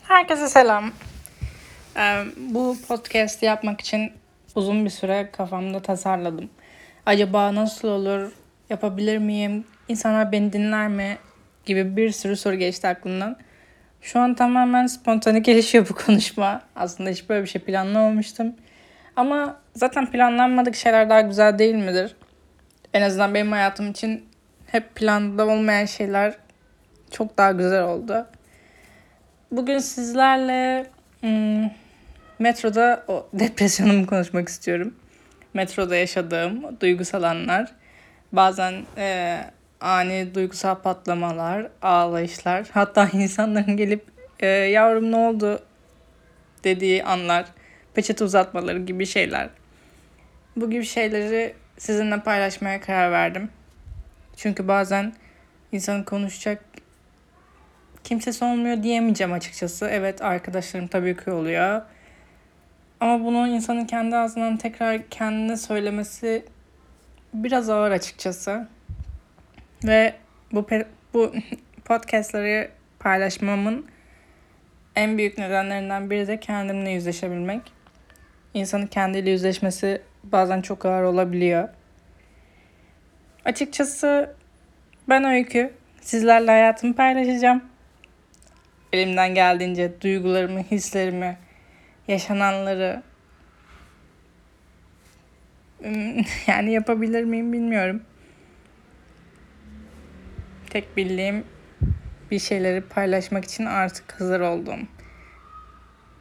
Herkese selam. Bu podcast'i yapmak için uzun bir süre kafamda tasarladım. Acaba nasıl olur, yapabilir miyim, insanlar beni dinler mi gibi bir sürü soru geçti aklımdan. Şu an tamamen spontane gelişiyor bu konuşma. Aslında hiç böyle bir şey planlamamıştım. Ama zaten planlanmadık şeyler daha güzel değil midir? En azından benim hayatım için hep planda olmayan şeyler çok daha güzel oldu. Bugün sizlerle metroda o depresyonumu konuşmak istiyorum. Metroda yaşadığım duygusal anlar. Bazen ani duygusal patlamalar, ağlayışlar. Hatta insanların gelip yavrum ne oldu dediği anlar. Peçete uzatmaları gibi şeyler. Bu gibi şeyleri sizinle paylaşmaya karar verdim. Çünkü bazen insanın konuşacak kimsesi olmuyor diyemeyeceğim açıkçası. Evet, arkadaşlarım tabii ki oluyor. Ama bunu insanın kendi ağzından tekrar kendine söylemesi biraz ağır açıkçası. Ve bu podcastları paylaşmamın en büyük nedenlerinden biri de kendimle yüzleşebilmek. İnsanın kendiyle yüzleşmesi bazen çok ağır olabiliyor. Açıkçası ben Öykü. Sizlerle hayatımı paylaşacağım. Elimden geldiğince duygularımı, hislerimi, yaşananları yani yapabilir miyim bilmiyorum. Tek bildiğim bir şeyleri paylaşmak için artık hazır oldum.